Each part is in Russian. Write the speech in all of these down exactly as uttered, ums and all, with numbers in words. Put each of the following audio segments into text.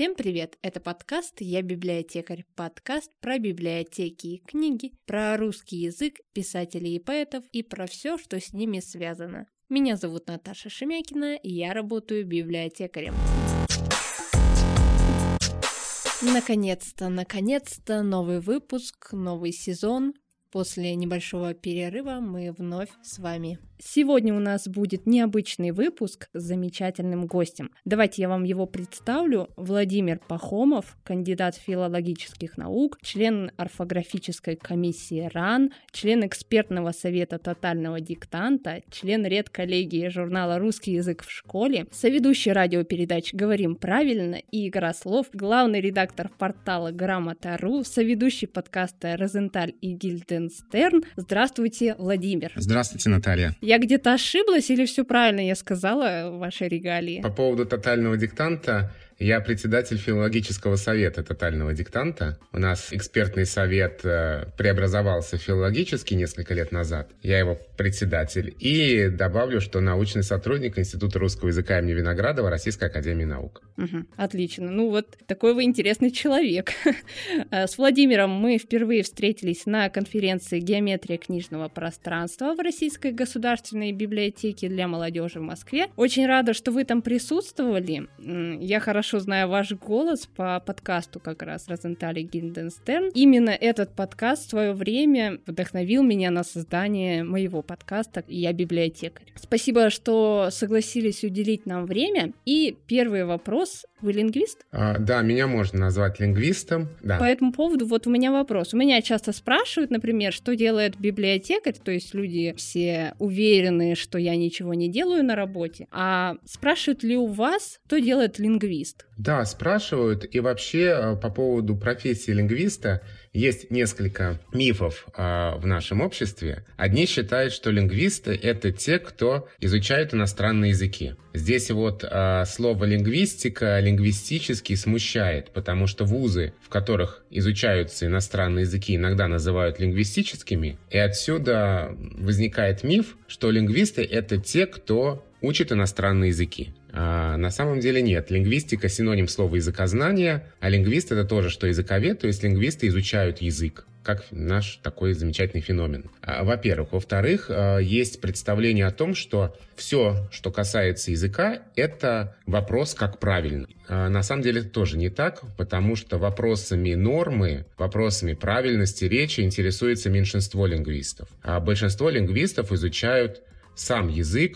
Всем привет! Это подкаст «Я библиотекарь». Подкаст про библиотеки и книги, про русский язык, писателей и поэтов и про все, что с ними связано. Меня зовут Наташа Шемякина, и я работаю библиотекарем. Наконец-то, наконец-то новый выпуск, новый сезон. После небольшого перерыва мы вновь с вами. Сегодня у нас будет необычный выпуск с замечательным гостем. Давайте я вам его представлю. Владимир Пахомов, кандидат филологических наук, член орфографической комиссии РАН, член экспертного совета тотального диктанта, член редколлегии журнала «Русский язык в школе», соведущий радиопередач «Говорим правильно» и «Игра слов», главный редактор портала «Грамота.ру», соведущий подкаста «Розенталь и Гильденстерн». Здравствуйте, Владимир. Здравствуйте, Наталья. Я где-то ошиблась или все правильно я сказала в вашей регалии? По поводу тотального диктанта, я председатель филологического совета тотального диктанта. У нас экспертный совет преобразовался филологически несколько лет назад. Я его председатель. И добавлю, что научный сотрудник Института русского языка имени Виноградова Российской академии наук. Угу, отлично. Ну вот такой вы интересный человек. С Владимиром мы впервые встретились на конференции «Геометрия книжного пространства» в Российской государственной библиотеке для молодежи в Москве. Очень рада, что вы там присутствовали. Я хорошо знаю ваш голос по подкасту как раз «Розенталь и Гильденстерн». Именно этот подкаст в свое время вдохновил меня на создание моего подкаста «Я библиотекарь». Спасибо, что согласились уделить нам время. И первый вопрос. Вы лингвист? А, да, меня можно назвать лингвистом. Да. По этому поводу вот у меня вопрос. У меня часто спрашивают, например, что делает библиотекарь, то есть люди все уверены, что я ничего не делаю на работе, а спрашивают ли у вас, что делает лингвист? Да, спрашивают, и вообще по поводу профессии лингвиста есть несколько мифов э, в нашем обществе. Одни считают, что лингвисты — это те, кто изучает иностранные языки. Здесь вот э, слово «лингвистика», «лингвистический» смущает, потому что вузы, в которых изучаются иностранные языки, иногда называют лингвистическими, и отсюда возникает миф, что лингвисты — это те, кто учит иностранные языки. А на самом деле нет. Лингвистика — синоним слова языкознание, а лингвист — это тоже что языковед, то есть лингвисты изучают язык, как наш такой замечательный феномен. Во-первых. Во-вторых, есть представление о том, что все, что касается языка, это вопрос, как правильно. На самом деле это тоже не так, потому что вопросами нормы, вопросами правильности речи интересуется меньшинство лингвистов. А большинство лингвистов изучают сам язык,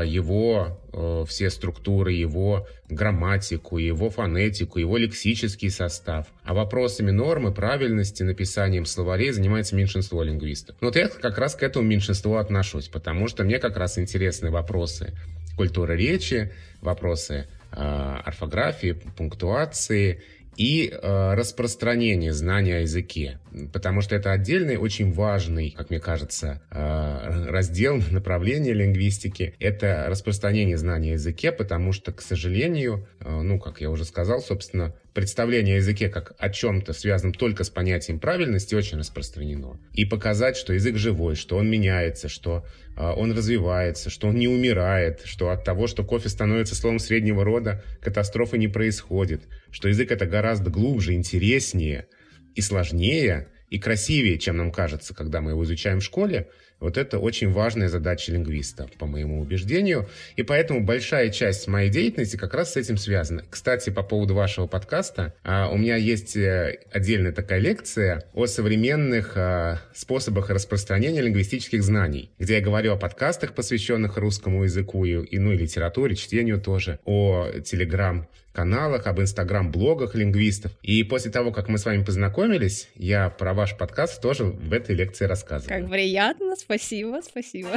его э, все структуры, его грамматику, его фонетику, его лексический состав. А вопросами нормы, правильности, написанием словарей занимается меньшинство лингвистов. Но вот я как раз к этому меньшинству отношусь, потому что мне как раз интересны вопросы культуры речи, вопросы э, орфографии, пунктуации и э, распространение знания о языке. Потому что это отдельный, очень важный, как мне кажется, э, раздел, направление лингвистики. Это распространение знания о языке, потому что, к сожалению, э, ну, как я уже сказал, собственно, представление о языке как о чем-то, связанном только с понятием правильности, очень распространено. И показать, что язык живой, что он меняется, что э, он развивается, что он не умирает, что от того, что кофе становится словом среднего рода, катастрофы не происходит, что язык — это гораздо глубже, интереснее и сложнее, и красивее, чем нам кажется, когда мы его изучаем в школе. Вот это очень важная задача лингвиста, по моему убеждению. И поэтому большая часть моей деятельности как раз с этим связана. Кстати, по поводу вашего подкаста, у меня есть отдельная такая лекция о современных способах распространения лингвистических знаний, где я говорю о подкастах, посвященных русскому языку, и, ну и литературе, чтению тоже, о телеграм-каналах, об инстаграм-блогах лингвистов. И после того, как мы с вами познакомились, я про ваш подкаст тоже в этой лекции рассказываю. Как приятно. Спасибо, спасибо.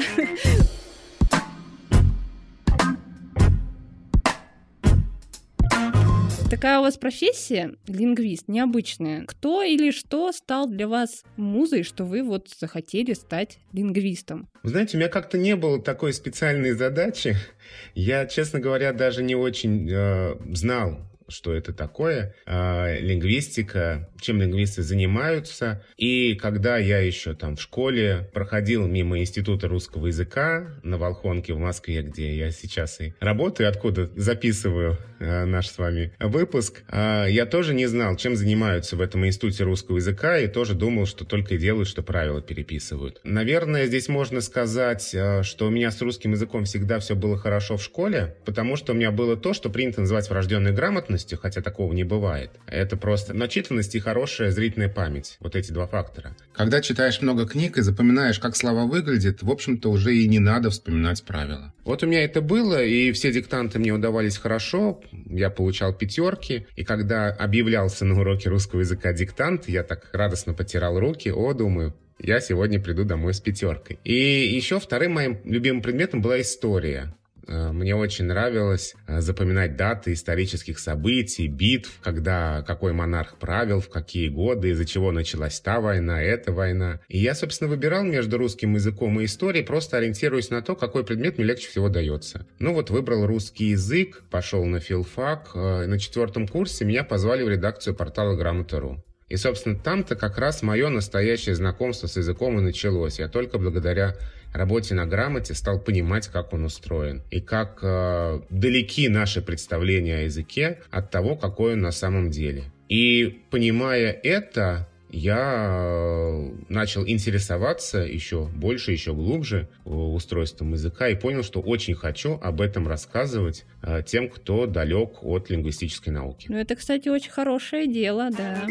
Такая у вас профессия, лингвист, необычная. Кто или что стал для вас музой, что вы вот захотели стать лингвистом? Вы знаете, у меня как-то не было такой специальной задачи. Я, честно говоря, даже не очень э, знал, что это такое, э, лингвистика, чем лингвисты занимаются. И когда я еще там в школе проходил мимо Института русского языка на Волхонке в Москве, где я сейчас и работаю, откуда записываю э, наш с вами выпуск, э, я тоже не знал, чем занимаются в этом Институте русского языка, и тоже думал, что только и делают, что правила переписывают. Наверное, здесь можно сказать, э, что у меня с русским языком всегда все было хорошо в школе, потому что у меня было то, что принято называть врожденной грамотностью, хотя такого не бывает. Это просто начитанность и хорошая зрительная память. Вот эти два фактора. Когда читаешь много книг и запоминаешь, как слова выглядят, в общем-то, уже и не надо вспоминать правила. Вот у меня это было, и все диктанты мне удавались хорошо, я получал пятерки, и когда объявлялся на уроке русского языка диктант, я так радостно потирал руки, о, думаю, я сегодня приду домой с пятеркой. И еще вторым моим любимым предметом была история. Мне очень нравилось запоминать даты исторических событий, битв, когда какой монарх правил, в какие годы, из-за чего началась та война, эта война. И я, собственно, выбирал между русским языком и историей, просто ориентируясь на то, какой предмет мне легче всего дается. Ну вот выбрал русский язык, пошел на филфак. На четвертом курсе меня позвали в редакцию портала грамота точка ру. И, собственно, там-то как раз мое настоящее знакомство с языком и началось. Я только благодаря работе на грамоте стал понимать, как он устроен. И как э, далеки наши представления о языке от того, какой он на самом деле. И понимая это, я начал интересоваться еще больше, еще глубже устройством языка и понял, что очень хочу об этом рассказывать э, тем, кто далек от лингвистической науки. Ну, это, кстати, очень хорошее дело, да.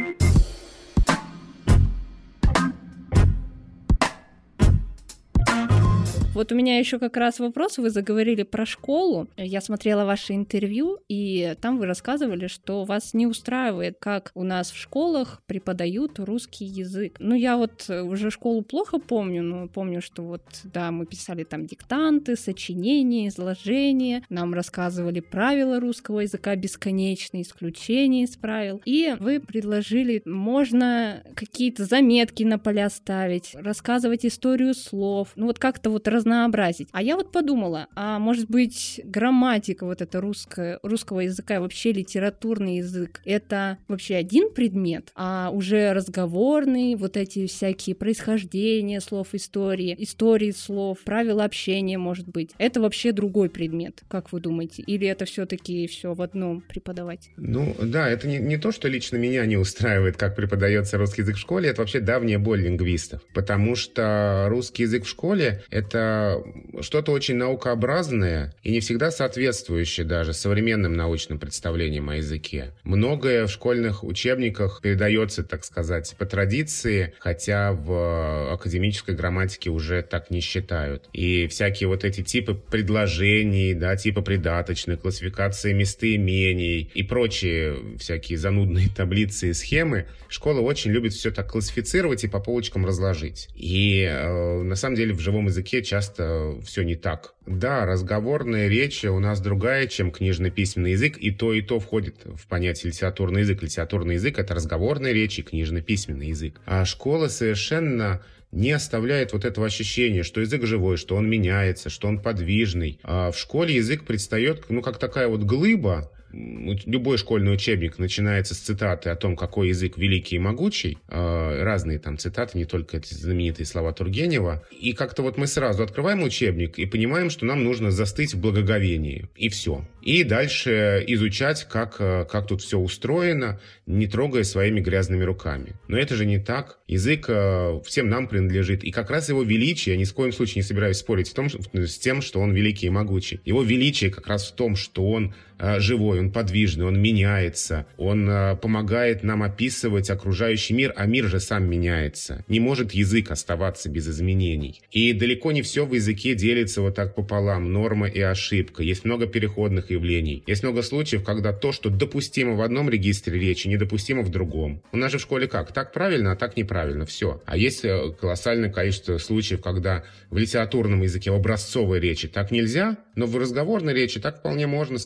Вот у меня еще как раз вопрос. Вы заговорили про школу. Я смотрела ваше интервью, и там вы рассказывали, что вас не устраивает, как у нас в школах преподают русский язык. Ну, я вот уже школу плохо помню, но помню, что вот, да, мы писали там диктанты, сочинения, изложения, нам рассказывали правила русского языка бесконечно, исключения из правил. И вы предложили, можно какие-то заметки на поля ставить, рассказывать историю слов. Ну, вот как-то вот разнообразить. А я вот подумала, а может быть грамматика вот эта русская, русского языка и вообще литературный язык, это вообще один предмет, а уже разговорный, вот эти всякие происхождения слов, истории, истории слов, правила общения, может быть, это вообще другой предмет, как вы думаете? Или это все-таки все в одном преподавать? Ну да, это не, не то, что лично меня не устраивает, как преподается русский язык в школе, это вообще давняя боль лингвистов, потому что русский язык в школе — это что-то очень наукообразное и не всегда соответствующее даже современным научным представлениям о языке. Многое в школьных учебниках передается, так сказать, по традиции, хотя в академической грамматике уже так не считают. И всякие вот эти типы предложений, да, типы придаточных, классификации местоимений и прочие всякие занудные таблицы и схемы школа очень любит все так классифицировать и по полочкам разложить. И э, на самом деле в живом языке часто все не так. Да, разговорная речь у нас другая, чем книжно-письменный язык, и то, и то входит в понятие литературный язык. Литературный язык — это разговорная речь и книжно-письменный язык. А школа совершенно не оставляет вот этого ощущения, что язык живой, что он меняется, что он подвижный. А в школе язык предстает, ну, как такая вот глыба. Любой школьный учебник начинается с цитаты о том, какой язык великий и могучий. Разные там цитаты, не только эти знаменитые слова Тургенева. И как-то вот мы сразу открываем учебник и понимаем, что нам нужно застыть в благоговении. И все. И дальше изучать, как, как тут все устроено, не трогая своими грязными руками. Но это же не так. Язык всем нам принадлежит. И как раз его величие, я ни в коем случае не собираюсь спорить в том, с тем, что он великий и могучий. Его величие как раз в том, что он живой, он подвижный, он меняется, он э, помогает нам описывать окружающий мир, а мир же сам меняется. Не может язык оставаться без изменений. И далеко не все в языке делится вот так пополам, норма и ошибка. Есть много переходных явлений. Есть много случаев, когда то, что допустимо в одном регистре речи, недопустимо в другом. У нас же в школе как? Так правильно, а так неправильно. Все. А есть колоссальное количество случаев, когда в литературном языке, в образцовой речи так нельзя, но в разговорной речи так вполне можно сказать,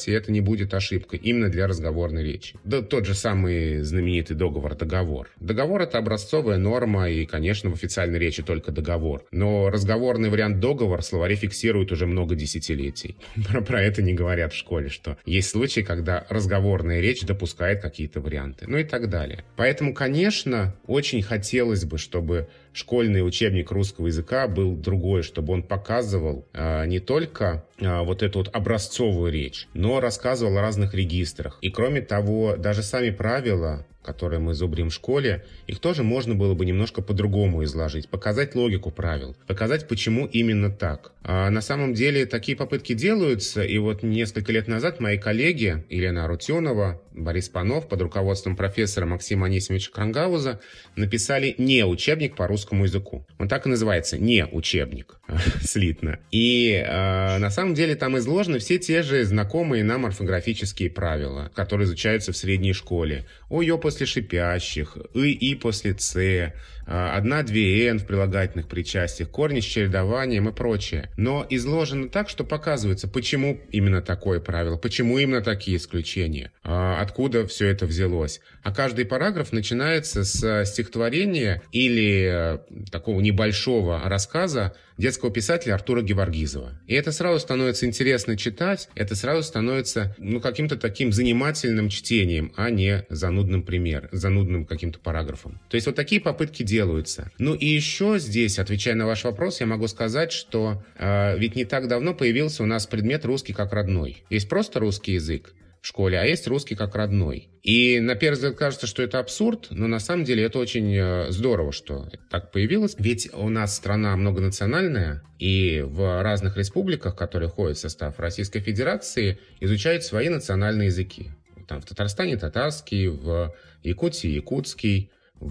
и это не будет ошибкой именно для разговорной речи. Да, тот же самый знаменитый договор-договор. Договор — это образцовая норма, и, конечно, в официальной речи только договор. Но разговорный вариант договор словари фиксируют уже много десятилетий. Про, про это не говорят в школе, что есть случаи, когда разговорная речь допускает какие-то варианты, ну и так далее. Поэтому, конечно, очень хотелось бы, чтобы школьный учебник русского языка был другой, чтобы он показывал э, не только э, вот эту вот образцовую речь, но рассказывал о разных регистрах. И кроме того, даже сами правила, которые мы зубрим в школе, их тоже можно было бы немножко по-другому изложить, показать логику правил, показать, почему именно так. А на самом деле такие попытки делаются, и вот несколько лет назад мои коллеги Елена Арутюнова, Борис Панов под руководством профессора Максима Анисимовича Крангауза написали не учебник по русскому языку. Он так и называется, не учебник, слитно. И э, на самом деле там изложены все те же знакомые нам орфографические правила, которые изучаются в средней школе. О, ё после шипящих, и, и после ц, одна-две н в прилагательных причастиях, корни с чередованием и прочее. Но изложено так, что показывается, почему именно такое правило, почему именно такие исключения, откуда все это взялось. А каждый параграф начинается с стихотворения или такого небольшого рассказа детского писателя Артура Геворгизова. И это сразу становится интересно читать, это сразу становится ну, каким-то таким занимательным чтением, а не занудным примером, занудным каким-то параграфом. То есть вот такие попытки делаются. Ну и еще здесь, отвечая на ваш вопрос, я могу сказать, что э, ведь не так давно появился у нас предмет «Русский как родной». Есть просто русский язык в школе, а есть русский как родной. И на первый взгляд кажется, что это абсурд, но на самом деле это очень здорово, что так появилось. Ведь у нас страна многонациональная, и в разных республиках, которые входят в состав Российской Федерации, изучают свои национальные языки. Там в Татарстане татарский, в Якутии якутский,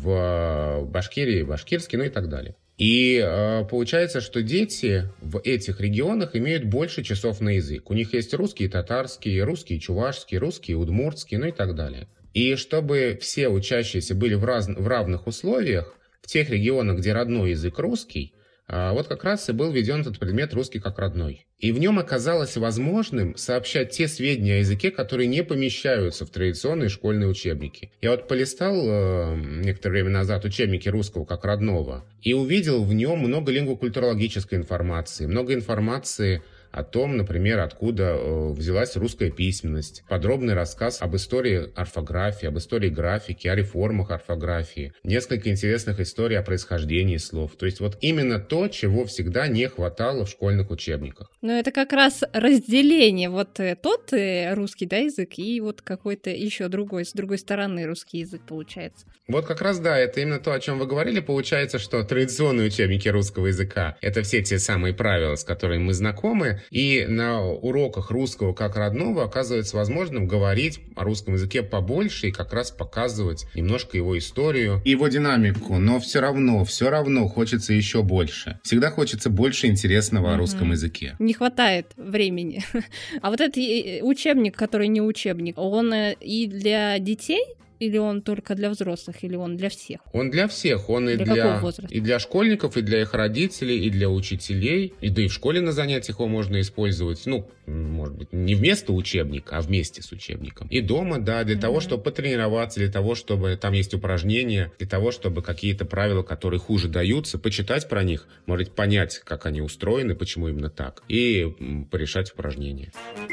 в Башкирии башкирский, ну и так далее. И э, получается, что дети в этих регионах имеют больше часов на язык. У них есть русский и татарский, русский и чувашский, русский и удмуртский, ну и так далее. И чтобы все учащиеся были в, раз, в равных условиях, в тех регионах, где родной язык русский, э, вот как раз и был введен этот предмет «Русский как родной». И в нем оказалось возможным сообщать те сведения о языке, которые не помещаются в традиционные школьные учебники. Я вот полистал э, некоторое время назад учебники русского как родного и увидел в нем много лингвокультурологической информации, много информации о том, например, откуда э, взялась русская письменность, подробный рассказ об истории орфографии, об истории графики, о реформах орфографии, несколько интересных историй о происхождении слов. То есть вот именно то, чего всегда не хватало в школьных учебниках. Но это как раз разделение, вот тот русский, да, язык, и вот какой-то еще другой, с другой стороны русский язык получается. Вот как раз, да, это именно то, о чем вы говорили. Получается, что традиционные учебники русского языка — это все те самые правила, с которыми мы знакомы, и на уроках русского как родного оказывается возможным говорить о русском языке побольше и как раз показывать немножко его историю. Его динамику, но все равно, все равно хочется еще больше. Всегда хочется больше интересного mm-hmm. о русском языке. Не хватает времени. А вот этот учебник, который не учебник, он и для детей? Или он только для взрослых, или он для всех? Он для всех. Он и для, для, и для школьников, и для их родителей, и для учителей. И да и в школе на занятиях его можно использовать. Ну, может быть, не вместо учебника, а вместе с учебником. И дома, да, для mm-hmm. того, чтобы потренироваться, для того, чтобы там есть упражнения, для того, чтобы какие-то правила, которые хуже даются, почитать про них, может понять, как они устроены, почему именно так, и порешать упражнения.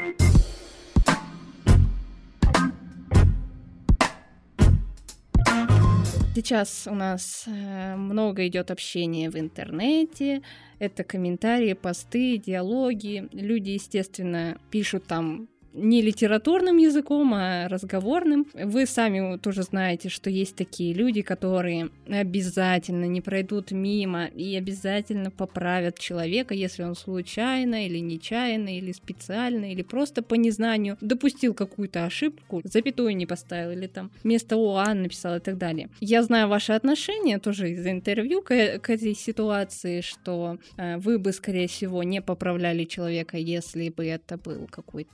Сейчас у нас много идет общения в интернете, это комментарии, посты, диалоги. Люди, естественно, пишут там не литературным языком, а разговорным. Вы сами тоже знаете, что есть такие люди, которые обязательно не пройдут мимо и обязательно поправят человека, если он случайно или нечаянно, или специально, или просто по незнанию допустил какую-то ошибку, запятую не поставил, или там вместо ОА написал и так далее. Я знаю ваши отношения тоже из интервью к, к этой ситуации, что э, вы бы, скорее всего, не поправляли человека, если бы это был какой-то разговор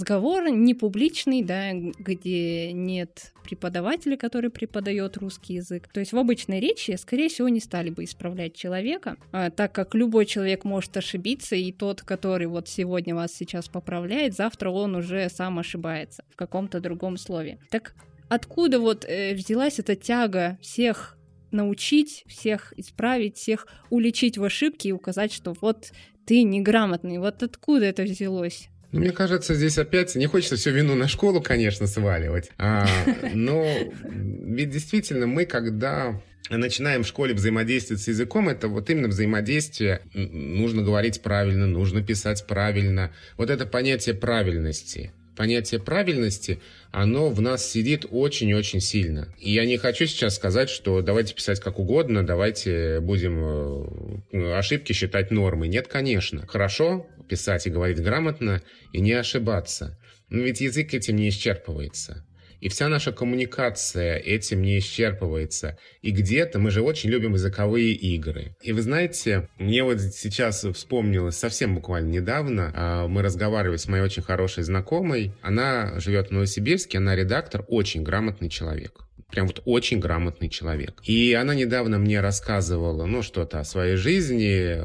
разговор не публичный, да, где нет преподавателя, который преподает русский язык. То есть в обычной речи, скорее всего, не стали бы исправлять человека, а, так как любой человек может ошибиться, и тот, который вот сегодня вас сейчас поправляет, завтра он уже сам ошибается в каком-то другом слове. Так откуда вот э, взялась эта тяга всех научить, всех исправить, всех уличить в ошибке и указать, что вот ты неграмотный, вот откуда это взялось? Ну, мне кажется, здесь опять не хочется всю вину на школу, конечно, сваливать, а, но ведь действительно мы, когда начинаем в школе взаимодействовать с языком, это вот именно взаимодействие, нужно говорить правильно, нужно писать правильно, вот это понятие правильности. Понятие правильности, оно в нас сидит очень-очень сильно. И я не хочу сейчас сказать, что давайте писать как угодно, давайте будем ошибки считать нормой. Нет, конечно. Хорошо писать и говорить грамотно и не ошибаться. Но ведь язык этим не исчерпывается. И вся наша коммуникация этим не исчерпывается. И где-то мы же очень любим языковые игры. И вы знаете, мне вот сейчас вспомнилось совсем буквально недавно, мы разговаривали с моей очень хорошей знакомой. Она живет в Новосибирске, она редактор, очень грамотный человек. Прям вот очень грамотный человек. И она недавно мне рассказывала, ну, что-то о своей жизни,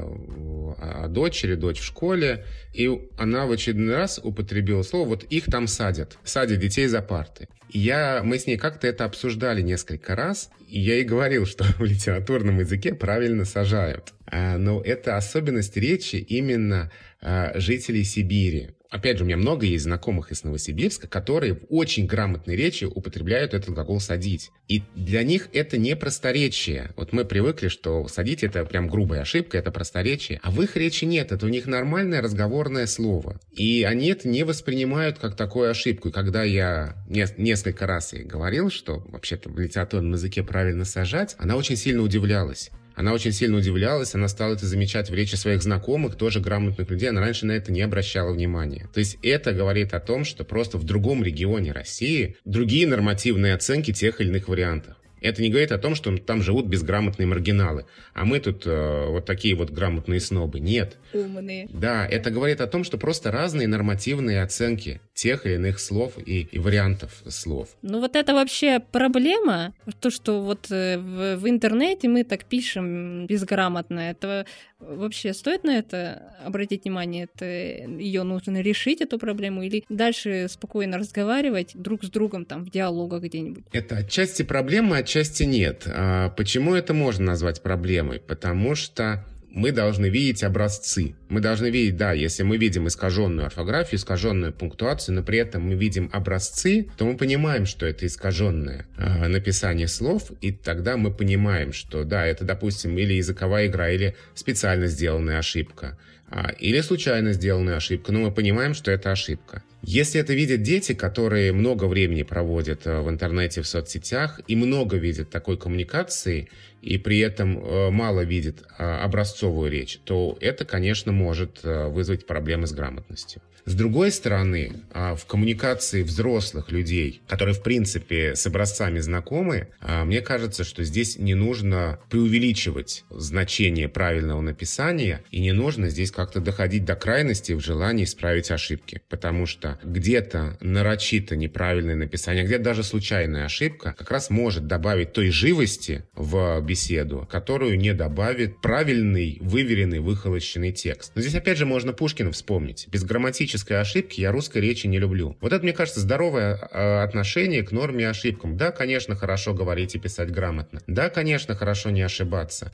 о дочери, дочь в школе. И она в очередной раз употребила слово, вот их там садят, садят детей за парты. И я, мы с ней как-то это обсуждали несколько раз, и я ей говорил, что в литературном языке правильно сажают. Но это особенность речи именно жителей Сибири. Опять же, у меня много есть знакомых из Новосибирска, которые в очень грамотной речи употребляют этот глагол «садить». И для них это не просторечие. Вот мы привыкли, что «садить» — это прям грубая ошибка, это просторечие. А в их речи нет, это у них нормальное разговорное слово. И они это не воспринимают как такую ошибку. И когда я не, несколько раз ей говорил, что вообще-то в литературном языке правильно сажать, она очень сильно удивлялась. Она очень сильно удивлялась, она стала это замечать в речи своих знакомых, тоже грамотных людей, она раньше на это не обращала внимания. То есть это говорит о том, что просто в другом регионе России другие нормативные оценки тех или иных вариантов. Это не говорит о том, что там живут безграмотные маргиналы, а мы тут э, вот такие вот грамотные снобы. Нет. Умные. Да, это говорит о том, что просто разные нормативные оценки тех или иных слов и, и вариантов слов. Ну вот это вообще проблема, то, что вот э, в, в интернете мы так пишем безграмотно, это вообще стоит на это обратить внимание? Это ее нужно решить, эту проблему, или дальше спокойно разговаривать друг с другом там в диалогах где-нибудь? Это отчасти проблема, отчасти нет. А почему это можно назвать проблемой? Потому что мы должны видеть образцы. Мы должны видеть, да, если мы видим искаженную орфографию, искаженную пунктуацию, но при этом мы видим образцы, то мы понимаем, что это искаженное э, написание слов, и тогда мы понимаем, что, да, это, допустим, или языковая игра, или специально сделанная ошибка, э, или случайно сделанная ошибка, но мы понимаем, что это ошибка. Если это видят дети, которые много времени проводят в интернете, в соцсетях, и много видят такой коммуникации, и при этом мало видят образцовую речь, то это, конечно, может вызвать проблемы с грамотностью. С другой стороны, в коммуникации взрослых людей, которые, в принципе, с образцами знакомы, мне кажется, что здесь не нужно преувеличивать значение правильного написания, и не нужно здесь как-то доходить до крайности в желании исправить ошибки, потому что где-то нарочито неправильное написание, где-то даже случайная ошибка как раз может добавить той живости в беседу, которую не добавит правильный, выверенный, выхолощенный текст. Но здесь опять же можно Пушкина вспомнить. Без грамматической ошибки я русской речи не люблю. Вот это, мне кажется, здоровое э, отношение к норме и ошибкам. Да, конечно, хорошо говорить и писать грамотно. Да, конечно, хорошо не ошибаться.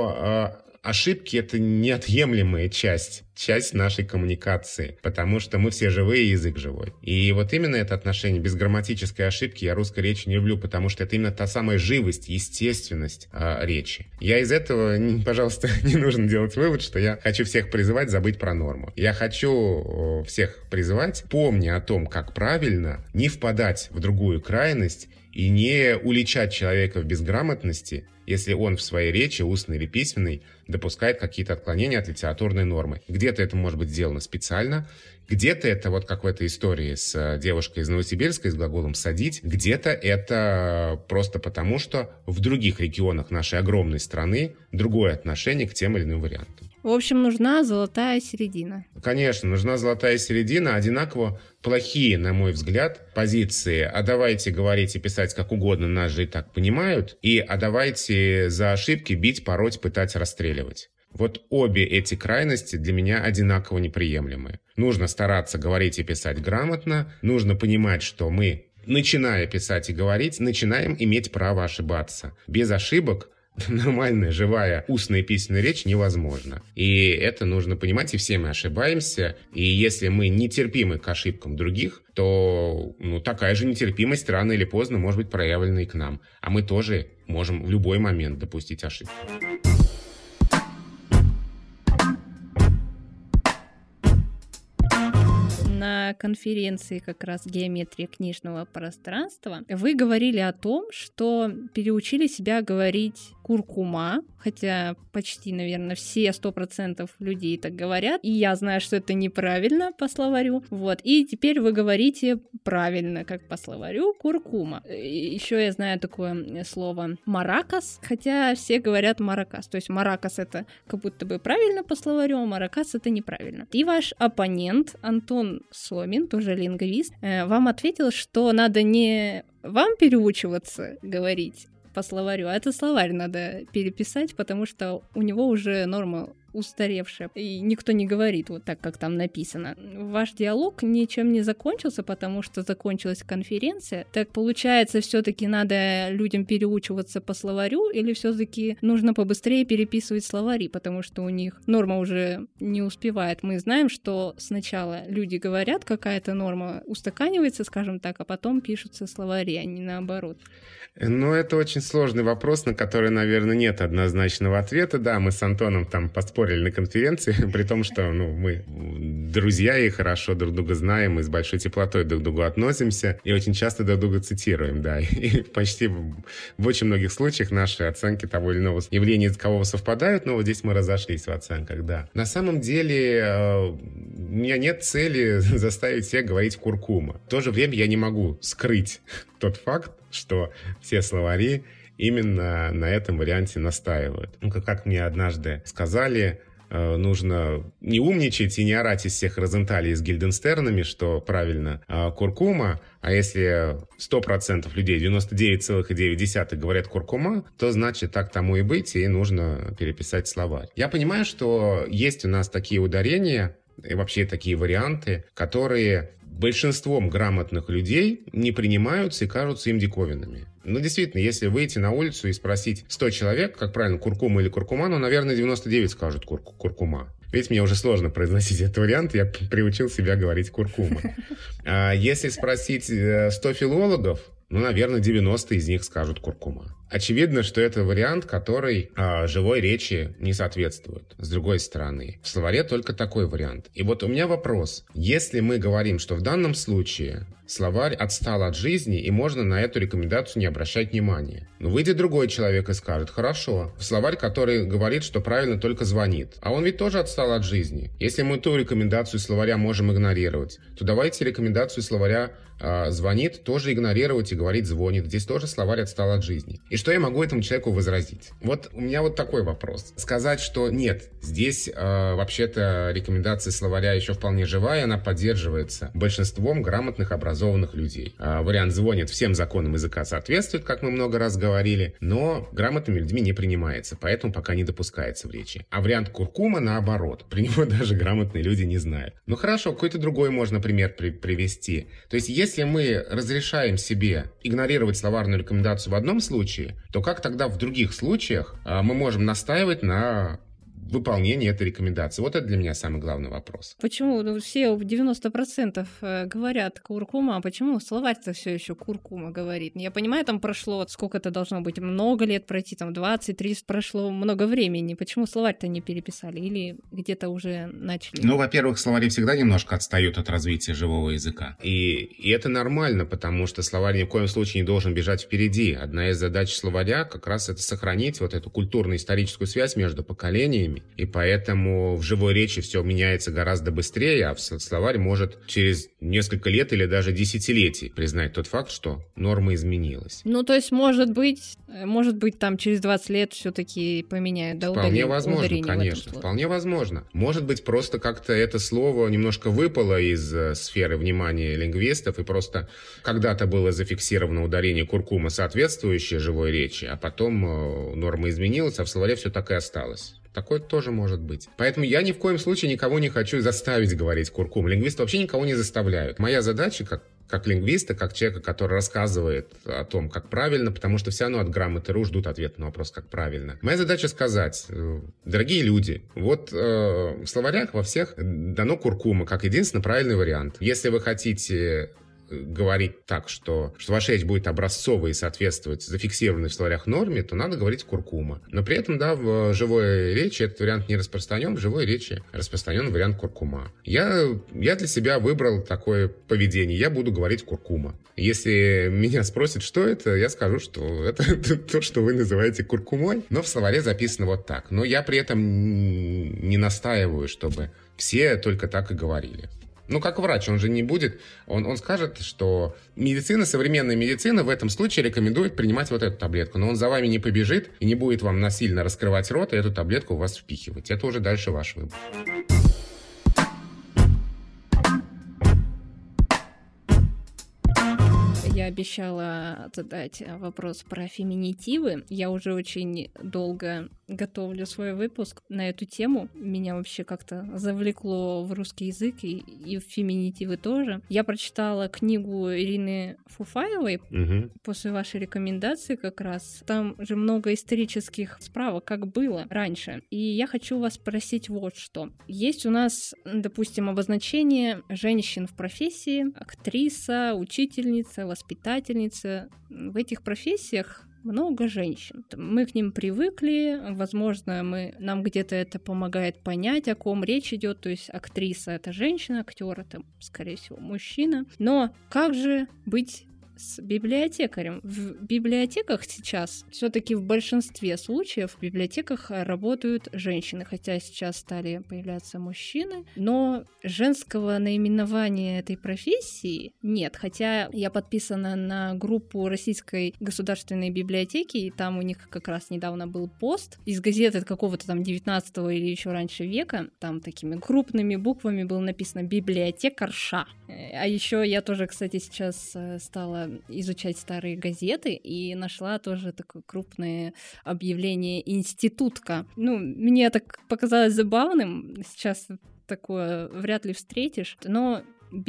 Но э, ошибки — это неотъемлемая часть, часть нашей коммуникации, потому что мы все живые, язык живой. И вот именно это отношение без грамматической ошибки я русской речи не люблю, потому что это именно та самая живость, естественность э, речи. Я из этого, пожалуйста, не нужно делать вывод, что я хочу всех призывать забыть про норму. Я хочу всех призывать, помня о том, как правильно, не впадать в другую крайность и не уличать человека в безграмотности, если он в своей речи, устной или письменной, допускает какие-то отклонения от литературной нормы. Где-то это может быть сделано специально, где-то это, вот как в этой истории с девушкой из Новосибирска, с глаголом «садить», где-то это просто потому, что в других регионах нашей огромной страны другое отношение к тем или иным вариантам. В общем, нужна золотая середина. Конечно, нужна золотая середина, одинаково плохие, на мой взгляд, позиции. А давайте говорить и писать как угодно, нас же и так понимают. И а давайте за ошибки бить, пороть, пытать, расстреливать. Вот обе эти крайности для меня одинаково неприемлемы. Нужно стараться говорить и писать грамотно, нужно понимать, что мы, начиная писать и говорить, начинаем иметь право ошибаться. Без ошибок нормальная, живая, устная и письменная речь невозможна. И это нужно понимать, и все мы ошибаемся. И если мы нетерпимы к ошибкам других, то ну, такая же нетерпимость рано или поздно может быть проявлена и к нам. А мы тоже можем в любой момент допустить ошибку. На конференции как раз «Геометрия книжного пространства» вы говорили о том, что переучили себя говорить «куркума», хотя почти, наверное, все сто процентов людей так говорят, и я знаю, что это неправильно по словарю, вот, и теперь вы говорите правильно, как по словарю, «куркума». Еще я знаю такое слово «маракас», хотя все говорят «маракас», то есть «маракас» — это как будто бы правильно по словарю, а «маракас» — это неправильно. И ваш оппонент Антон Сомин, тоже лингвист, вам ответил, что надо не вам переучиваться говорить по словарю, а это словарь надо переписать, потому что у него уже норма устаревшая, и никто не говорит вот так, как там написано. Ваш диалог ничем не закончился, потому что закончилась конференция. Так получается, все-таки надо людям переучиваться по словарю, или все-таки нужно побыстрее переписывать словари, потому что у них норма уже не успевает. Мы знаем, что сначала люди говорят, какая-то норма устаканивается, скажем так, а потом пишутся словари, а не наоборот. Ну, это очень сложный вопрос, на который, наверное, нет однозначного ответа. Да, мы с Антоном там поспорили на конференции, при том, что ну, мы друзья и хорошо друг друга знаем, и с большой теплотой друг к другу относимся, и очень часто друг друга цитируем, да. И почти в, в очень многих случаях наши оценки того или иного явления языкового совпадают, но вот здесь мы разошлись в оценках, да. На самом деле у меня нет цели заставить всех говорить «куркума». В то же время я не могу скрыть тот факт, что все словари именно на этом варианте настаивают. Ну, как мне однажды сказали, нужно не умничать и не орать из всех розенталей с Гильденстернами, что правильно «куркума», а если сто процентов людей, девяносто девять целых девять десятых говорят «куркума», то значит так тому и быть, и нужно переписать словарь. Я понимаю, что есть у нас такие ударения, и вообще такие варианты, которые большинством грамотных людей не принимаются и кажутся им диковинными. Ну, действительно, если выйти на улицу и спросить сто человек, как правильно, куркума или куркума, ну, наверное, девяносто девять скажут кур- куркума. Ведь мне уже сложно произносить этот вариант, я приучил себя говорить куркума. А если спросить сто филологов, ну, наверное, девяносто из них скажут куркума. Очевидно, что это вариант, который а, живой речи не соответствует. С другой стороны, в словаре только такой вариант. И вот у меня вопрос. Если мы говорим, что в данном случае словарь отстал от жизни, и можно на эту рекомендацию не обращать внимания. Но выйдет другой человек и скажет: хорошо, словарь, который говорит, что правильно только звонит. А он ведь тоже отстал от жизни. Если мы ту рекомендацию словаря можем игнорировать, то давайте рекомендацию словаря э, звонит тоже игнорировать и говорить звонит. Здесь тоже словарь отстал от жизни. И что я могу этому человеку возразить? Вот у меня вот такой вопрос. Сказать, что нет, здесь э, вообще-то рекомендация словаря еще вполне живая, она поддерживается большинством грамотных, образованных людей. Э, вариант звонит всем законам языка соответствует, как мы много раз говорили, но грамотными людьми не принимается, поэтому пока не допускается в речи. А вариант куркума наоборот, про него даже грамотные люди не знают. Ну хорошо, какой-то другой можно пример при- привести. То есть если мы разрешаем себе игнорировать словарную рекомендацию в одном случае, то как тогда в других случаях а, мы можем настаивать на выполнении этой рекомендации? Вот это для меня самый главный вопрос. Почему ну, все девяносто процентов говорят куркума, а почему словарь-то все еще куркума говорит? Я понимаю, там прошло, сколько это должно быть, много лет пройти, там двадцать тридцать прошло, много времени. Почему словарь-то не переписали? Или где-то уже начали? Ну, во-первых, словари всегда немножко отстают от развития живого языка. И, и это нормально, потому что словарь ни в коем случае не должен бежать впереди. Одна из задач словаря как раз это сохранить вот эту культурно-историческую связь между поколениями словарями. И поэтому в живой речи все меняется гораздо быстрее, а словарь может через несколько лет или даже десятилетий признать тот факт, что норма изменилась. Ну, то есть, может быть, может быть, там через двадцать лет все-таки поменяют, да, Вполне ударение, возможно, ударение конечно, вполне возможно. Может быть, просто как-то это слово немножко выпало из э, сферы внимания лингвистов, и просто когда-то было зафиксировано ударение куркума, соответствующее живой речи, а потом э, норма изменилась, а в словаре все так и осталось. Такое тоже может быть. Поэтому я ни в коем случае никого не хочу заставить говорить куркум. Лингвисты вообще никого не заставляют. Моя задача, как, как лингвиста, как человека, который рассказывает о том, как правильно, потому что все равно от грамоты РУ ждут ответ на вопрос, как правильно. Моя задача сказать: дорогие люди, вот э, в словарях во всех дано куркума как единственно правильный вариант. Если вы хотите говорить так, что, что ваша речь будет образцовой и соответствовать зафиксированной в словарях норме, то надо говорить куркума. Но при этом, да, в живой речи этот вариант не распространен, в живой речи распространен вариант куркума. Я, я для себя выбрал такое поведение, я буду говорить куркума. Если меня спросят, что это, я скажу, что это то, что вы называете куркумой, но в словаре записано вот так. Но я при этом не настаиваю, чтобы все только так и говорили. Ну, как врач, он же не будет, он, он скажет, что медицина, современная медицина в этом случае рекомендует принимать вот эту таблетку, но он за вами не побежит и не будет вам насильно раскрывать рот и эту таблетку у вас впихивать. Это уже дальше ваш выбор. Я обещала задать вопрос про феминитивы. Я уже очень долго готовлю свой выпуск на эту тему. Меня вообще как-то завлекло в русский язык и, и в феминитивы тоже. Я прочитала книгу Ирины Фуфаевой угу. после вашей рекомендации как раз. Там же много исторических справок, как было раньше. И я хочу вас спросить вот что. Есть у нас, допустим, обозначение женщин в профессии: актриса, учительница, воспитательница. В этих профессиях много женщин. Мы к ним привыкли, возможно, мы, нам где-то это помогает понять, о ком речь идет. То есть актриса — это женщина, актер — это, скорее всего, мужчина. Но как же быть с библиотекарем? В библиотеках сейчас все-таки в большинстве случаев в библиотеках работают женщины, хотя сейчас стали появляться мужчины, но женского наименования этой профессии нет, хотя я подписана на группу Российской государственной библиотеки, и там у них как раз недавно был пост из газеты какого-то там девятнадцатого или еще раньше века, там такими крупными буквами было написано «библиотекарша». А еще я тоже, кстати, сейчас стала изучать старые газеты и нашла тоже такое крупное объявление «институтка». Ну, мне так показалось забавным, сейчас такое вряд ли встретишь, но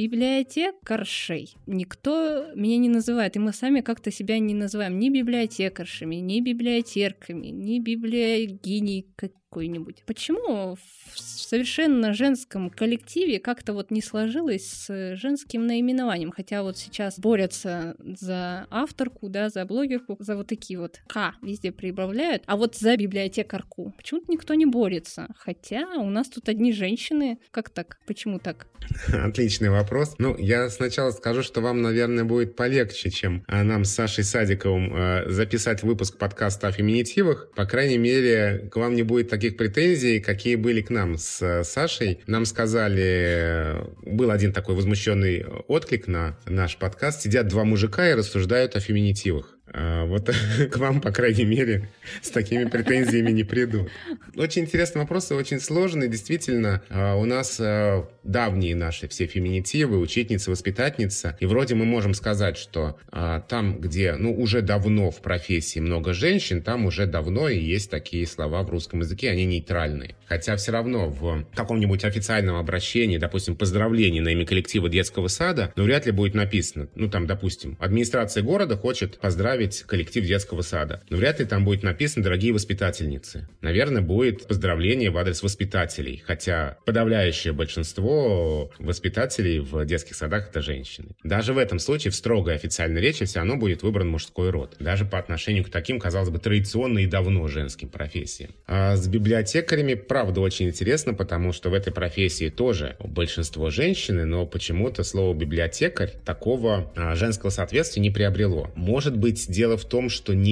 библиотекаршей никто меня не называет, и мы сами как-то себя не называем ни библиотекаршами, ни библиотекарками, ни библиогиней какой-нибудь. Почему в совершенно женском коллективе как-то вот не сложилось с женским наименованием? Хотя вот сейчас борются за авторку, да, за блогерку, за вот такие вот «к» везде прибавляют, а вот за библиотекарку почему-то никто не борется. Хотя у нас тут одни женщины. Как так? Почему так? Отличный вопрос. Ну, я сначала скажу, что вам, наверное, будет полегче, чем нам с Сашей Садиковым э, записать выпуск подкаста о феминитивах. По крайней мере, к вам не будет таких претензий, какие были к нам с Сашей. Нам сказали, был один такой возмущенный отклик на наш подкаст: сидят два мужика и рассуждают о феминитивах. Вот к вам, по крайней мере, с такими претензиями не придут. Очень интересный вопрос и очень сложный. Действительно, у нас давние наши все феминитивы, учительница, воспитательница. И вроде мы можем сказать, что там, где ну, уже давно в профессии много женщин, там уже давно и есть такие слова в русском языке, они нейтральные. Хотя все равно в каком-нибудь официальном обращении, допустим, поздравлении на имя коллектива детского сада, ну, вряд ли будет написано, ну, там, допустим, администрация города хочет поздравить коллектив детского сада. Но вряд ли там будет написано «дорогие воспитательницы». Наверное, будет поздравление в адрес воспитателей, хотя подавляющее большинство воспитателей в детских садах — это женщины. Даже в этом случае в строгой официальной речи все равно будет выбран мужской род, даже по отношению к таким, казалось бы, традиционно и давно женским профессиям. А с библиотекарями, правда, очень интересно, потому что в этой профессии тоже большинство женщины, но почему-то слово «библиотекарь» такого а, женского соответствия не приобрело. Может быть, дело в том, что нет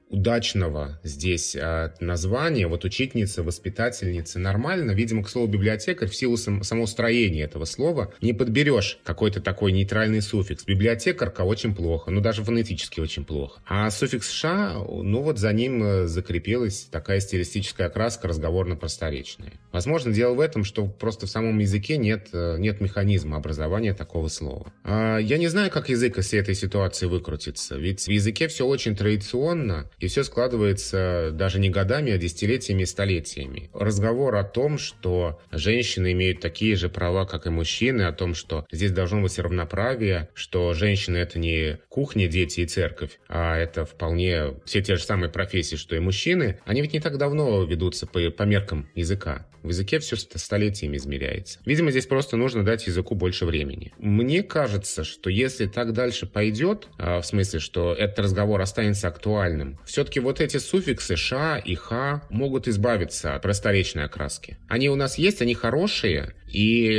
удачного здесь а, названия. Вот учительница, воспитательница нормально. Видимо, к слову библиотекарь в силу сам, самого строения этого слова не подберешь какой-то такой нейтральный суффикс. Библиотекарка очень плохо, ну даже фонетически очень плохо. А суффикс «ша», ну вот за ним закрепилась такая стилистическая окраска разговорно-просторечная. Возможно, дело в этом, что просто в самом языке нет, нет механизма образования такого слова. А, я не знаю, как язык из всей этой ситуации выкрутится, ведь в языке все очень традиционно, и все складывается даже не годами, а десятилетиями и столетиями. Разговор о том, что женщины имеют такие же права, как и мужчины, о том, что здесь должно быть равноправие, что женщины — это не кухня, дети и церковь, а это вполне все те же самые профессии, что и мужчины, они ведь не так давно ведутся по, по меркам языка. В языке все столетиями измеряется. Видимо, здесь просто нужно дать языку больше времени. Мне кажется, что если так дальше пойдет, в смысле, что этот разговор останется актуальным, все-таки вот эти суффиксы «ша» и «ха» могут избавиться от просторечной окраски. Они у нас есть, они хорошие, и,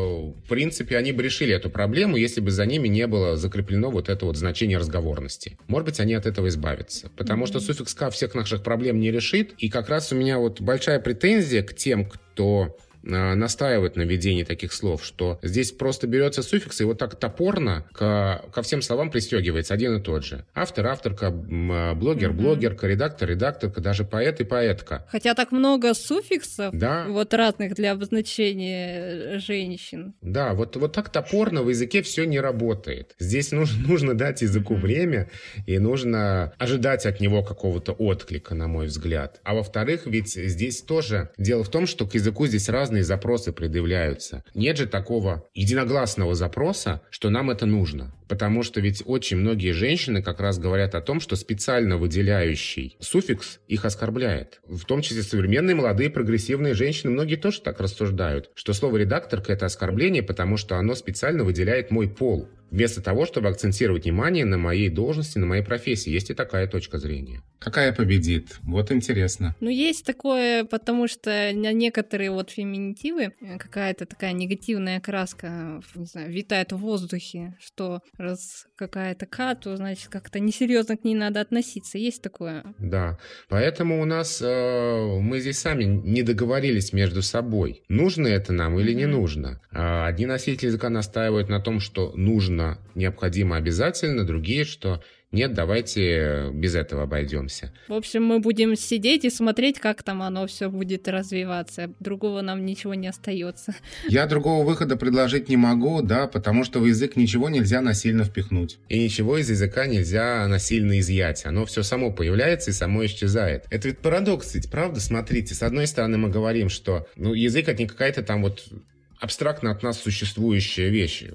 в принципе, они бы решили эту проблему, если бы за ними не было закреплено вот это вот значение разговорности. Может быть, они от этого избавятся. Потому mm-hmm. что суффикс «ка» всех наших проблем не решит. И как раз у меня вот большая претензия к тем, кто настаивает на введении таких слов, что здесь просто берется суффикс и вот так топорно ко, ко всем словам пристегивается один и тот же. Автор, авторка, блогер, mm-hmm. блогерка, редактор, редакторка, даже поэт и поэтка. Хотя так много суффиксов, да. вот разных для обозначения женщин. Да, вот, вот так топорно в языке все не работает. Здесь нужно, нужно дать языку mm-hmm. время, и нужно ожидать от него какого-то отклика, на мой взгляд. А во-вторых, ведь здесь тоже дело в том, что к языку здесь разные запросы предъявляются. Нет же такого единогласного запроса, что нам это нужно. Потому что ведь очень многие женщины как раз говорят о том, что специально выделяющий суффикс их оскорбляет. В том числе современные молодые прогрессивные женщины, многие тоже так рассуждают, что слово «редакторка» — это оскорбление, потому что оно специально выделяет мой пол, вместо того, чтобы акцентировать внимание на моей должности, на моей профессии. Есть и такая точка зрения. Какая победит? Вот интересно. Ну, есть такое, потому что на некоторые вот феминитивы какая-то такая негативная краска, не знаю, витает в воздухе, что раз какая-то «ка», то, значит, как-то несерьезно к ней надо относиться. Есть такое? Да. Поэтому у нас э, мы здесь сами не договорились между собой, нужно это нам или mm-hmm. не нужно. Э, одни носители языка настаивают на том, что нужно, необходимо, обязательно, другие, что нет, давайте без этого обойдемся. В общем, мы будем сидеть и смотреть, как там оно все будет развиваться. Другого нам ничего не остается. Я другого выхода предложить не могу, да, потому что в язык ничего нельзя насильно впихнуть. И ничего из языка нельзя насильно изъять. Оно все само появляется и само исчезает. Это ведь парадокс, ведь, правда? Смотрите, с одной стороны мы говорим, что ну, язык — это не какая-то там вот абстрактно от нас существующая вещь.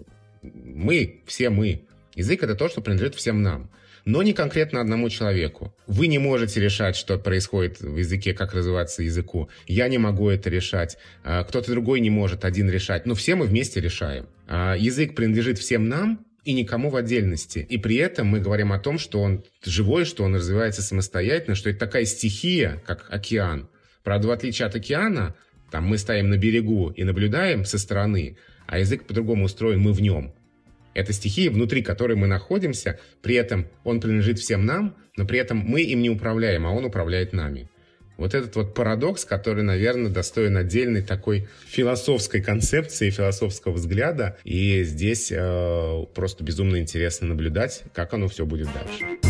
Мы, все мы. Язык — это то, что принадлежит всем нам. Но не конкретно одному человеку. Вы не можете решать, что происходит в языке, как развиваться языку. Я не могу это решать. Кто-то другой не может один решать. Но все мы вместе решаем. Язык принадлежит всем нам и никому в отдельности. И при этом мы говорим о том, что он живой, что он развивается самостоятельно, что это такая стихия, как океан. Правда, в отличие от океана, там мы стоим на берегу и наблюдаем со стороны, а язык по-другому устроен, мы в нем. Это стихия, внутри которой мы находимся, при этом он принадлежит всем нам, но при этом мы им не управляем, а он управляет нами. Вот этот вот парадокс, который, наверное, достоин отдельной такой философской концепции, философского взгляда. И здесь э, просто безумно интересно наблюдать, как оно все будет дальше.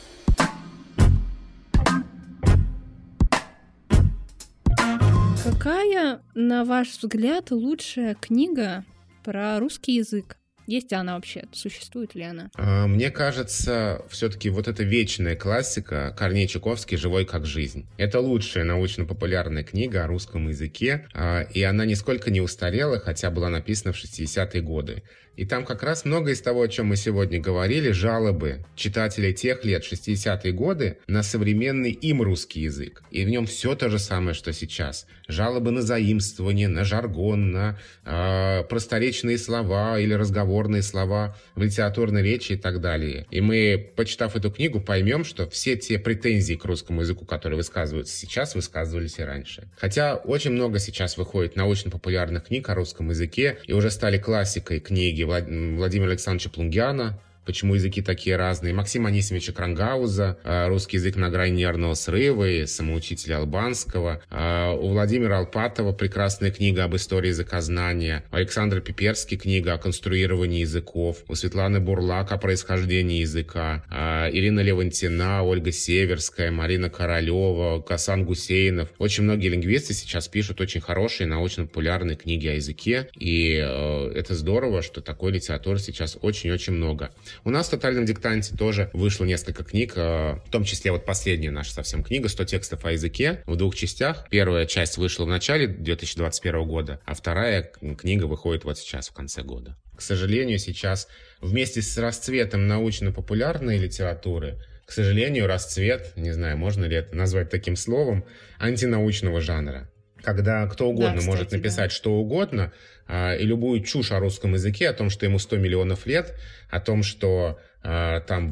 Какая, на ваш взгляд, лучшая книга про русский язык? Есть она вообще? Существует ли она? Мне кажется, все-таки вот эта вечная классика Корней Чуковский «Живой как жизнь». Это лучшая научно-популярная книга о русском языке, и она нисколько не устарела, хотя была написана в шестидесятые годы. И там как раз много из того, о чем мы сегодня говорили, жалобы читателей тех лет, шестидесятые годы, на современный им русский язык. И в нем все то же самое, что сейчас. Жалобы на заимствование, на жаргон, на э, просторечные слова или разговорные слова в литературной речи и так далее. И мы, почитав эту книгу, поймем, что все те претензии к русскому языку, которые высказываются сейчас, высказывались и раньше. Хотя очень много сейчас выходит научно-популярных книг о русском языке, и уже стали классикой книги Владимира Александровича Плунгяна почему языки такие разные. Максима Анисимовича Крангауза «Русский язык на грани нервного срыва» и «Самоучителя албанского». У Владимира Алпатова прекрасная книга об истории языкознания. У Александра Пиперски книга о конструировании языков. У Светланы Бурлак о происхождении языка. Ирина Левантина, Ольга Северская, Марина Королева, Гасан Гусейнов. Очень многие лингвисты сейчас пишут очень хорошие научно-популярные книги о языке. И это здорово, что такой литературы сейчас очень-очень много. У нас в «Тотальном диктанте» тоже вышло несколько книг, в том числе вот последняя наша совсем книга «сто текстов о языке» в двух частях. Первая часть вышла в начале две тысячи двадцать первого года, а вторая книга выходит вот сейчас, в конце года. К сожалению, сейчас вместе с расцветом научно-популярной литературы, к сожалению, расцвет, не знаю, можно ли это назвать таким словом, антинаучного жанра. Когда кто угодно да, кстати, может написать да. что угодно, а, и любую чушь о русском языке, о том, что ему сто миллионов лет, о том, что а, там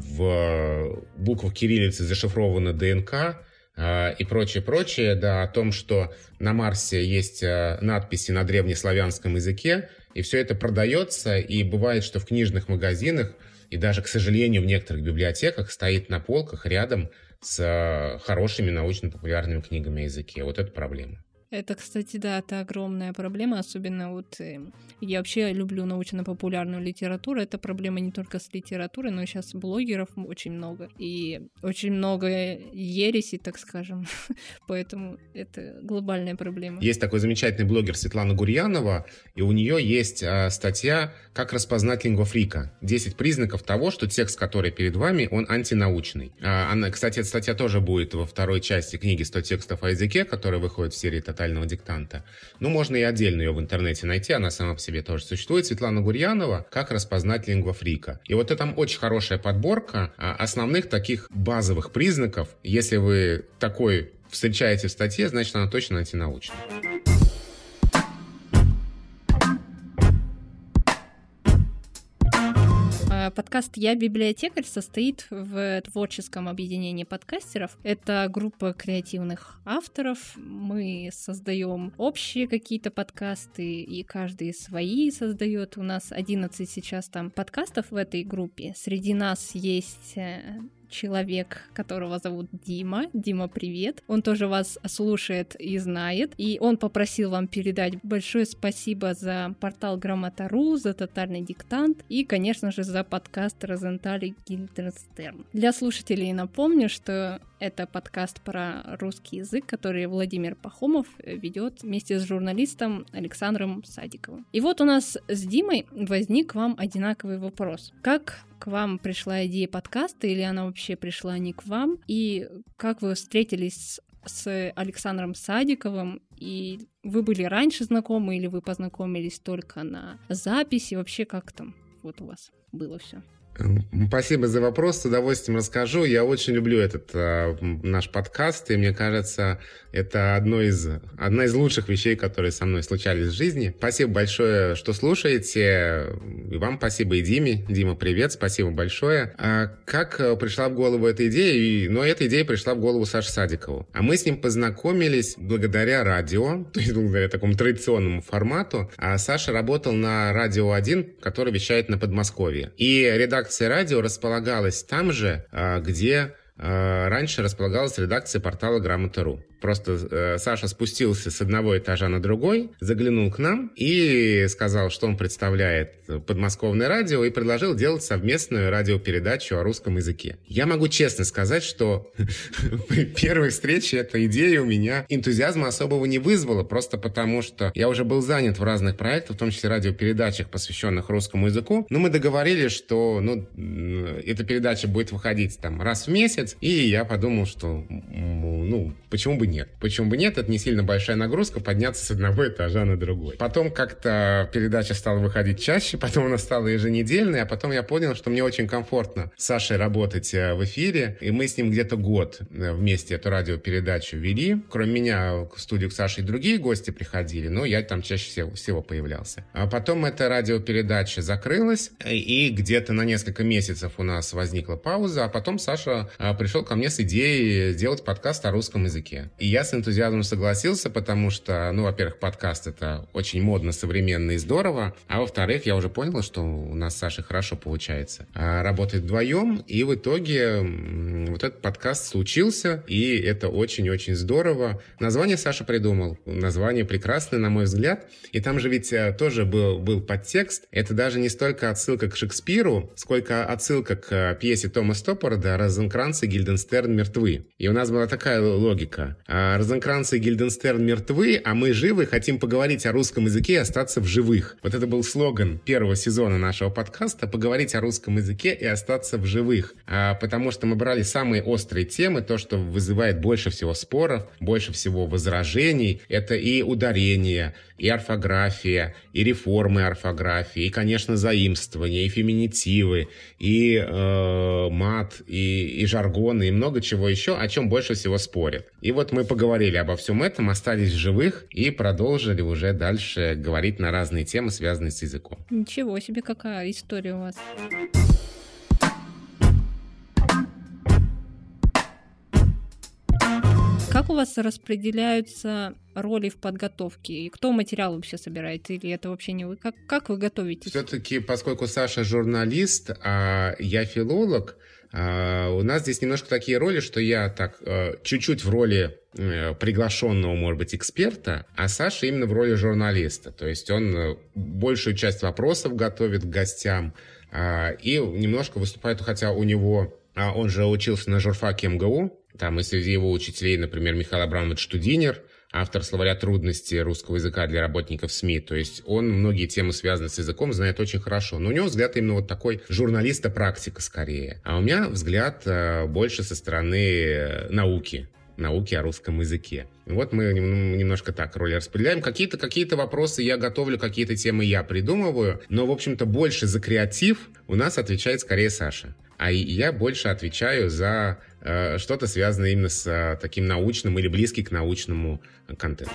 в буквах кириллицы зашифрована ДНК а, и прочее-прочее, да, о том, что на Марсе есть а, надписи на древнеславянском языке, и все это продается, и бывает, что в книжных магазинах и даже, к сожалению, в некоторых библиотеках стоит на полках рядом с а, хорошими научно-популярными книгами о языке. Вот это проблема. Это, кстати, да, это огромная проблема, особенно вот э, я вообще люблю научно-популярную литературу, это проблема не только с литературой, но сейчас блогеров очень много, и очень много ереси, так скажем, поэтому это глобальная проблема. Есть такой замечательный блогер Светлана Гурьянова, и у нее есть а, статья «Как распознать лингвофрика». десять признаков того, что текст, который перед вами, он антинаучный. А, она, кстати, эта статья тоже будет во второй части книги «сто текстов о языке», которая выходит в серии «Тотального диктанта». Ну, можно и отдельно ее в интернете найти, она сама по себе тоже существует. Светлана Гурьянова «Как распознать лингвофрика». И вот это там очень хорошая подборка основных таких базовых признаков. Если вы такой встречаете в статье, значит, она точно антинаучная. Подкаст «Я библиотекарь» состоит в творческом объединении подкастеров. Это группа креативных авторов. Мы создаем общие какие-то подкасты, и каждый свои создает. У нас одиннадцать сейчас там подкастов в этой группе. Среди нас есть человек, которого зовут Дима. Дима, привет. Он тоже вас слушает и знает. И он попросил вам передать большое спасибо за портал Грамота точка ру, за тотальный диктант и, конечно же, за подкаст Розенталь и Гильденстерн. Для слушателей напомню, что это подкаст про русский язык, который Владимир Пахомов ведет вместе с журналистом Александром Садиковым. И вот у нас с Димой возник к вам одинаковый вопрос. Как к вам пришла идея подкаста, или она вообще пришла не к вам? И как вы встретились с Александром Садиковым? И вы были раньше знакомы, или вы познакомились только на записи? Вообще, как там вот у вас было все? Спасибо за вопрос, с удовольствием расскажу. Я очень люблю этот э, наш подкаст, и мне кажется, это одно из, одна из лучших вещей, которые со мной случались в жизни. Спасибо большое, что слушаете. И вам спасибо, и Диме. Дима, привет, спасибо большое. А как пришла в голову эта идея? И, ну, эта идея пришла в голову Саше Садикову. А мы с ним познакомились благодаря радио, то есть благодаря такому традиционному формату. А Саша работал на Радио один, который вещает на Подмосковье. И редактор Редакция радио располагалась там же, где раньше располагалась редакция портала Грамота точка ру. Просто э, Саша спустился с одного этажа на другой, заглянул к нам и сказал, что он представляет подмосковное радио, и предложил делать совместную радиопередачу о русском языке. Я могу честно сказать, что при первой встрече эта идея у меня энтузиазма особого не вызвала, просто потому что я уже был занят в разных проектах, в том числе радиопередачах, посвященных русскому языку. Но мы договорились, что ну, эта передача будет выходить там раз в месяц, и я подумал, что ну, почему бы нет? Почему бы нет? Это не сильно большая нагрузка подняться с одного этажа на другой. Потом как-то передача стала выходить чаще, потом она стала еженедельной, а потом я понял, что мне очень комфортно с Сашей работать в эфире, и мы с ним где-то год вместе эту радиопередачу вели. Кроме меня в студию к Саше и другие гости приходили, но я там чаще всего, всего появлялся. А потом эта радиопередача закрылась, и где-то на несколько месяцев у нас возникла пауза, а потом Саша пришел ко мне с идеей сделать подкаст о русском языке. И я с энтузиазмом согласился, потому что, ну, во-первых, подкаст — это очень модно, современно и здорово, а во-вторых, я уже понял, что у нас с Сашей хорошо получается. А, работает вдвоем, и в итоге вот этот подкаст случился, и это очень-очень здорово. Название Саша придумал. Название прекрасное, на мой взгляд. И там же ведь тоже был, был подтекст. Это даже не столько отсылка к Шекспиру, сколько отсылка к пьесе Тома Стоппарда «Розенкранц и Гильденстерн мертвы». И у нас была такая логика. Розенкранц и Гильденстерн мертвы, а мы живы, хотим поговорить о русском языке и остаться в живых. Вот это был слоган первого сезона нашего подкаста — поговорить о русском языке и остаться в живых. А, потому что мы брали самые острые темы, то, что вызывает больше всего споров, больше всего возражений. Это и ударение, и орфография, и реформы орфографии, и, конечно, заимствования, и феминитивы, и э, мат, и, и жаргоны, и много чего еще, о чем больше всего спорят. И вот мы поговорили обо всем этом, остались в живых и продолжили уже дальше говорить на разные темы, связанные с языком. Ничего себе, какая история у вас. Как у вас распределяются роли в подготовке? И кто материал вообще собирает? Или это вообще не вы? Как, как вы готовитесь? Все-таки, поскольку Саша журналист, а я филолог, у нас здесь немножко такие роли, что я так чуть-чуть в роли приглашенного, может быть, эксперта, а Саша именно в роли журналиста. То есть он большую часть вопросов готовит к гостям и немножко выступает, хотя у него... Он же учился на журфаке эм гэ у. Там и среди его учителей, например, Михаил Абрамович Штудинер, автор словаря трудностей русского языка для работников СМИ. То есть он многие темы, связанные с языком, знает очень хорошо. Но у него взгляд именно вот такой журналиста-практика скорее. А у меня взгляд больше со стороны науки. Науки о русском языке. Вот мы немножко так роли распределяем. Какие-то, какие-то вопросы я готовлю, какие-то темы я придумываю. Но, в общем-то, больше за креатив у нас отвечает скорее Саша. А я больше отвечаю за э, что-то, связанное именно с э, таким научным или близким к научному контенту.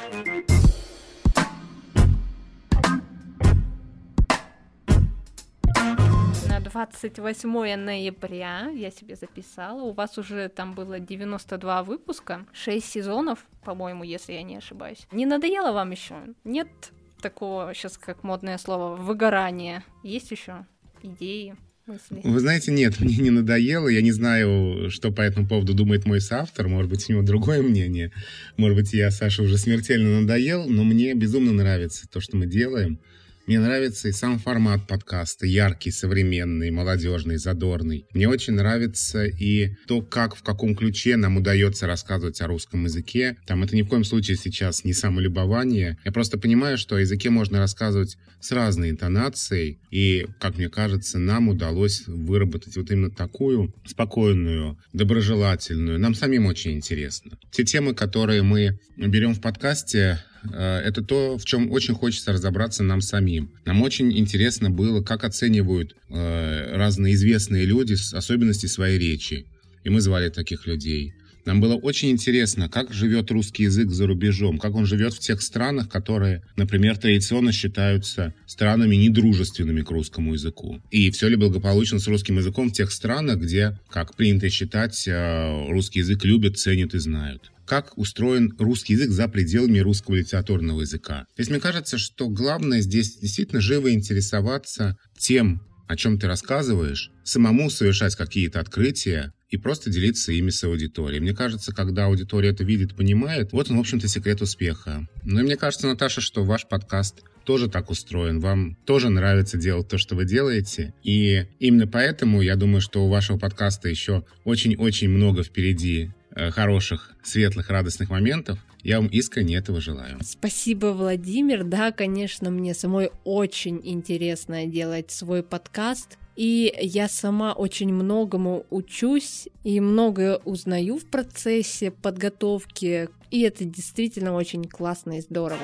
На двадцать восьмое ноября я себе записала. У вас уже там было девяносто два выпуска, шесть сезонов, по-моему, если я не ошибаюсь. Не надоело вам еще? Нет такого, сейчас как модное слово, выгорания? Есть еще идеи? Мысли. Вы знаете, нет, мне не надоело. Я не знаю, что по этому поводу думает мой соавтор. Может быть, у него другое мнение. Может быть, я, Саша, уже смертельно надоел, но мне безумно нравится то, что мы делаем. Мне нравится и сам формат подкаста, яркий, современный, молодежный, задорный. Мне очень нравится и то, как, в каком ключе нам удается рассказывать о русском языке. Там это ни в коем случае сейчас не самолюбование. Я просто понимаю, что о языке можно рассказывать с разной интонацией. И, как мне кажется, нам удалось выработать вот именно такую спокойную, доброжелательную. Нам самим очень интересно. Те темы, которые мы берем в подкасте, это то, в чем очень хочется разобраться нам самим. Нам очень интересно было, как оценивают э, разные известные люди особенности своей речи. И мы звали таких людей. Нам было очень интересно, как живет русский язык за рубежом, как он живет в тех странах, которые, например, традиционно считаются странами недружественными к русскому языку. И все ли благополучно с русским языком в тех странах, где, как принято считать, русский язык любят, ценят и знают. Как устроен русский язык за пределами русского литературного языка. То есть мне кажется, что главное здесь действительно живо интересоваться тем, о чем ты рассказываешь, самому совершать какие-то открытия и просто делиться ими с аудиторией. Мне кажется, когда аудитория это видит, понимает, вот он, в общем-то, секрет успеха. Ну и мне кажется, Наташа, что ваш подкаст тоже так устроен. Вам тоже нравится делать то, что вы делаете. И именно поэтому я думаю, что у вашего подкаста еще очень-очень много впереди хороших, светлых, радостных моментов. Я вам искренне этого желаю. Спасибо, Владимир. Да, конечно, мне самой очень интересно делать свой подкаст. И я сама очень многому учусь и многое узнаю в процессе подготовки. И это действительно очень классно и здорово.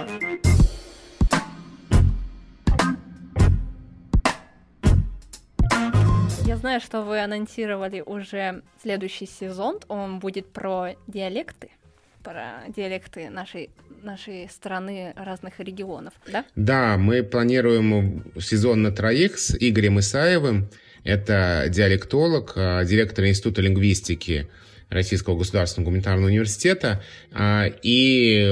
Я знаю, что вы анонсировали уже следующий сезон. Он будет про диалекты, про диалекты нашей, нашей страны, разных регионов, да? Да, мы планируем сезон на троих с Игорем Исаевым. Это диалектолог, директор Института лингвистики Российского государственного гуманитарного университета, и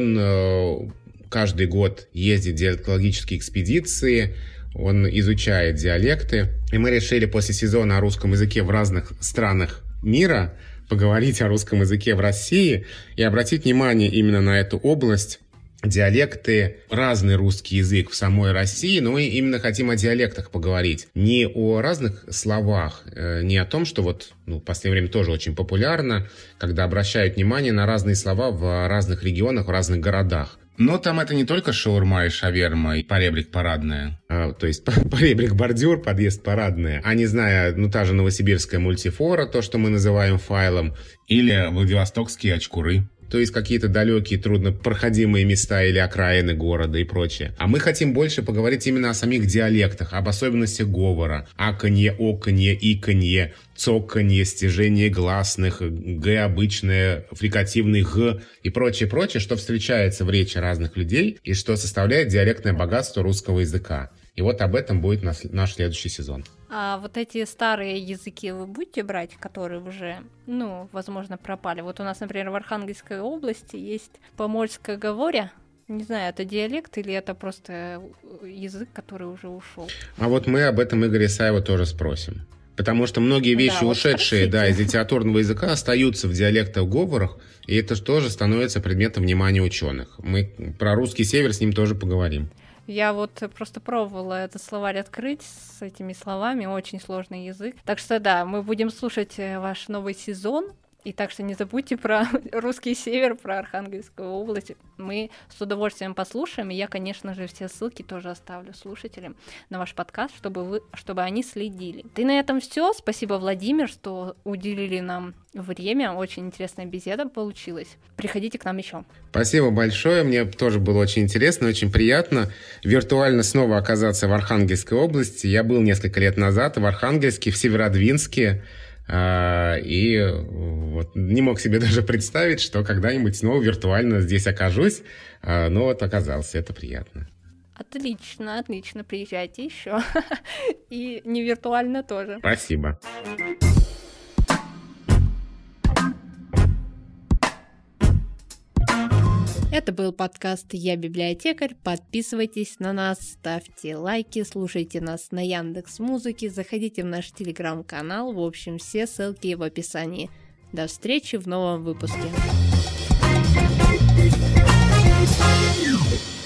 он каждый год ездит в диалектологические экспедиции, он изучает диалекты, и мы решили после сезона о русском языке в разных странах мира поговорить о русском языке в России и обратить внимание именно на эту область. Диалекты, разный русский язык в самой России, но мы именно хотим о диалектах поговорить. Не о разных словах, не о том, что вот ну, в последнее время тоже очень популярно, когда обращают внимание на разные слова в разных регионах, в разных городах. Но там это не только шаурма и шаверма, и поребрик парадная. А, то есть поребрик бордюр, подъезд парадная. А не знаю, ну та же новосибирская мультифора, то, что мы называем файлом. Или владивостокские очкуры. То есть какие-то далекие, труднопроходимые места или окраины города и прочее. А мы хотим больше поговорить именно о самих диалектах, об особенностях говора. Аканье, оканье, иканье, цоканье, стяжение гласных, г обычное, фрикативный г и прочее, прочее, что встречается в речи разных людей и что составляет диалектное богатство русского языка. И вот об этом будет наш, наш следующий сезон. А вот эти старые языки вы будете брать, которые уже, ну, возможно, пропали? Вот у нас, например, в Архангельской области есть поморское говоря. Не знаю, это диалект или это просто язык, который уже ушел. А вот мы об этом Игоря Исаева тоже спросим. Потому что многие вещи, да, ушедшие вот да, из литературного языка, остаются в диалектах, говорах, и это тоже становится предметом внимания ученых. Мы про русский север с ним тоже поговорим. Я вот просто пробовала этот словарь открыть с этими словами, очень сложный язык. Так что да, мы будем слушать ваш новый сезон. И так что не забудьте про русский север, про Архангельскую область. Мы с удовольствием послушаем. И я, конечно же, все ссылки тоже оставлю слушателям на ваш подкаст, чтобы, вы, чтобы они следили. И на этом все. Спасибо, Владимир, что уделили нам время. Очень интересная беседа получилась. Приходите к нам еще. Спасибо большое. Мне тоже было очень интересно, очень приятно виртуально снова оказаться в Архангельской области. Я был несколько лет назад в Архангельске, в Северодвинске. И вот не мог себе даже представить, что когда-нибудь снова виртуально здесь окажусь, но вот оказался, это приятно. Отлично, отлично, приезжайте еще. И не виртуально тоже. Спасибо. Это был подкаст «Я библиотекарь». Подписывайтесь на нас, ставьте лайки, слушайте нас на Яндекс.Музыке, заходите в наш телеграм-канал. В общем, все ссылки в описании. До встречи в новом выпуске.